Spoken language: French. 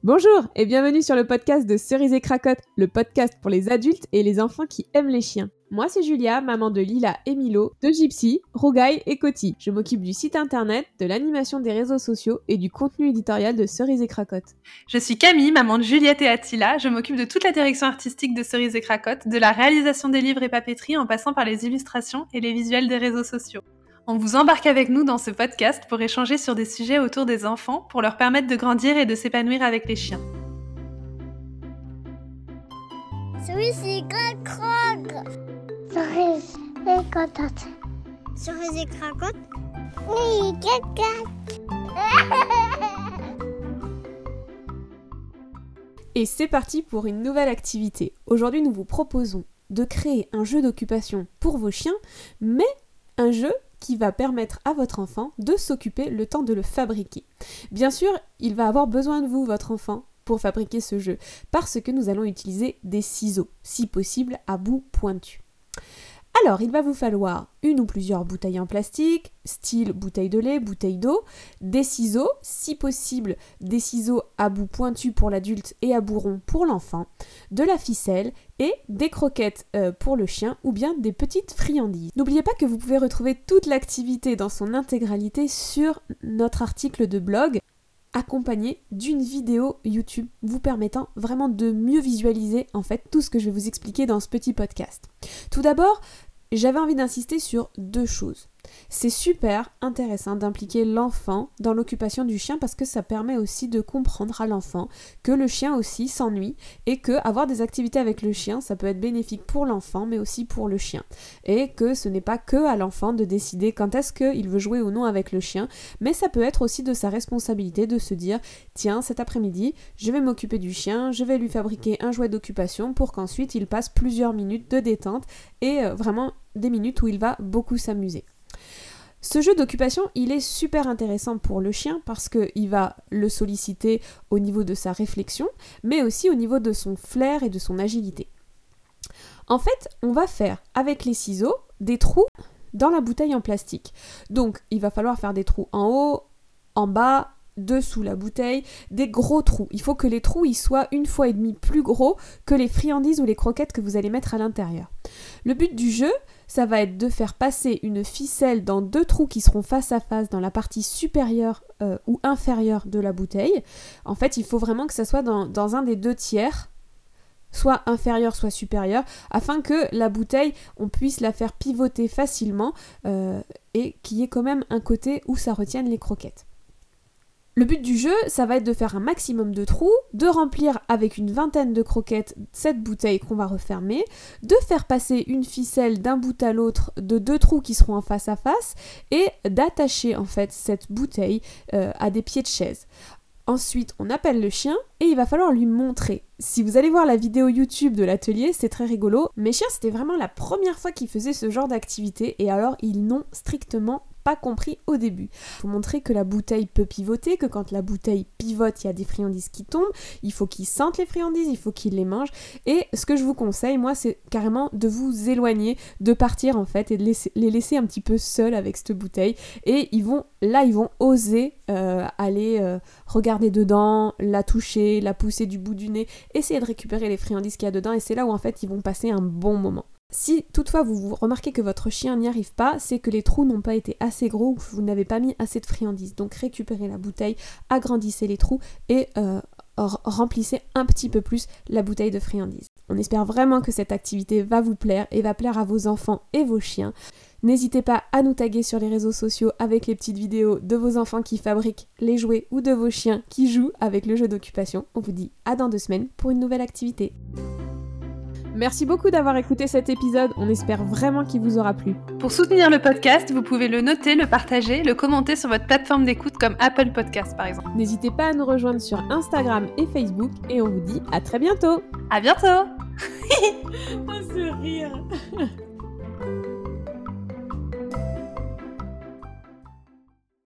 Bonjour et bienvenue sur le podcast de Cerise et Cracotte, le podcast pour les adultes et les enfants qui aiment les chiens. Moi c'est Julia, maman de Lila et Milo, de Gypsy, Rougaille et Coty. Je m'occupe du site internet, de l'animation des réseaux sociaux et du contenu éditorial de Cerise et Cracotte. Je suis Camille, maman de Juliette et Attila. Je m'occupe de toute la direction artistique de Cerise et Cracotte, de la réalisation des livres et papeterie en passant par les illustrations et les visuels des réseaux sociaux. On vous embarque avec nous dans ce podcast pour échanger sur des sujets autour des enfants, pour leur permettre de grandir et de s'épanouir avec les chiens. Cerise et Cracotte. Cerise et Cracotte. Cerise et Cracotte. Oui, Cracotte. Et c'est parti pour une nouvelle activité. Aujourd'hui, nous vous proposons de créer un jeu d'occupation pour vos chiens, mais un jeu qui va permettre à votre enfant de s'occuper le temps de le fabriquer. Bien sûr, il va avoir besoin de vous, votre enfant, pour fabriquer ce jeu, parce que nous allons utiliser des ciseaux, si possible à bout pointu. Alors, il va vous falloir une ou plusieurs bouteilles en plastique, style bouteille de lait, bouteille d'eau, des ciseaux, si possible des ciseaux à bout pointu pour l'adulte et à bout rond pour l'enfant, de la ficelle et des croquettes pour le chien ou bien des petites friandises. N'oubliez pas que vous pouvez retrouver toute l'activité dans son intégralité sur notre article de blog, accompagné d'une vidéo YouTube vous permettant vraiment de mieux visualiser en fait tout ce que je vais vous expliquer dans ce petit podcast. Tout d'abord, j'avais envie d'insister sur deux choses. C'est super intéressant d'impliquer l'enfant dans l'occupation du chien parce que ça permet aussi de comprendre à l'enfant que le chien aussi s'ennuie et que avoir des activités avec le chien, ça peut être bénéfique pour l'enfant mais aussi pour le chien. Et que ce n'est pas que à l'enfant de décider quand est-ce qu'il veut jouer ou non avec le chien, mais ça peut être aussi de sa responsabilité de se dire tiens, cet après-midi, je vais m'occuper du chien, je vais lui fabriquer un jouet d'occupation pour qu'ensuite il passe plusieurs minutes de détente et vraiment des minutes où il va beaucoup s'amuser. Ce jeu d'occupation, il est super intéressant pour le chien parce qu'il va le solliciter au niveau de sa réflexion, mais aussi au niveau de son flair et de son agilité. En fait, on va faire avec les ciseaux des trous dans la bouteille en plastique. Donc, il va falloir faire des trous en haut, en bas, dessous la bouteille, des gros trous. Il faut que les trous ils soient 1,5 fois plus gros que les friandises ou les croquettes que vous allez mettre à l'intérieur. Le but du jeu, ça va être de faire passer une ficelle dans 2 trous qui seront face à face dans la partie supérieure ou inférieure de la bouteille. En fait, il faut vraiment que ça soit dans un des 2 tiers, soit inférieur, soit supérieur, afin que la bouteille, on puisse la faire pivoter facilement et qu'il y ait quand même un côté où ça retienne les croquettes. Le but du jeu, ça va être de faire un maximum de trous, de remplir avec une vingtaine de croquettes cette bouteille qu'on va refermer, de faire passer une ficelle d'un bout à l'autre de 2 trous qui seront en face à face et d'attacher en fait cette bouteille à des pieds de chaise. Ensuite, on appelle le chien et il va falloir lui montrer. Si vous allez voir la vidéo YouTube de l'atelier, c'est très rigolo. Mes chiens, c'était vraiment la première fois qu'ils faisaient ce genre d'activité et alors ils n'ont strictement pas compris au début. Il faut montrer que la bouteille peut pivoter, que quand la bouteille pivote, il y a des friandises qui tombent, il faut qu'ils sentent les friandises, il faut qu'ils les mangent. Et ce que je vous conseille, moi, c'est carrément de vous éloigner, de partir en fait et de les laisser un petit peu seuls avec cette bouteille. Et ils vont oser aller regarder dedans, la toucher, la pousser du bout du nez, essayer de récupérer les friandises qu'il y a dedans et c'est là où en fait ils vont passer un bon moment. Si toutefois vous remarquez que votre chien n'y arrive pas, c'est que les trous n'ont pas été assez gros ou que vous n'avez pas mis assez de friandises. Donc récupérez la bouteille, agrandissez les trous et remplissez un petit peu plus la bouteille de friandises. On espère vraiment que cette activité va vous plaire et va plaire à vos enfants et vos chiens. N'hésitez pas à nous taguer sur les réseaux sociaux avec les petites vidéos de vos enfants qui fabriquent les jouets ou de vos chiens qui jouent avec le jeu d'occupation. On vous dit à dans 2 semaines pour une nouvelle activité. Merci beaucoup d'avoir écouté cet épisode, on espère vraiment qu'il vous aura plu. Pour soutenir le podcast, vous pouvez le noter, le partager, le commenter sur votre plateforme d'écoute comme Apple Podcast par exemple. N'hésitez pas à nous rejoindre sur Instagram et Facebook et on vous dit à très bientôt. À bientôt. Ce rire.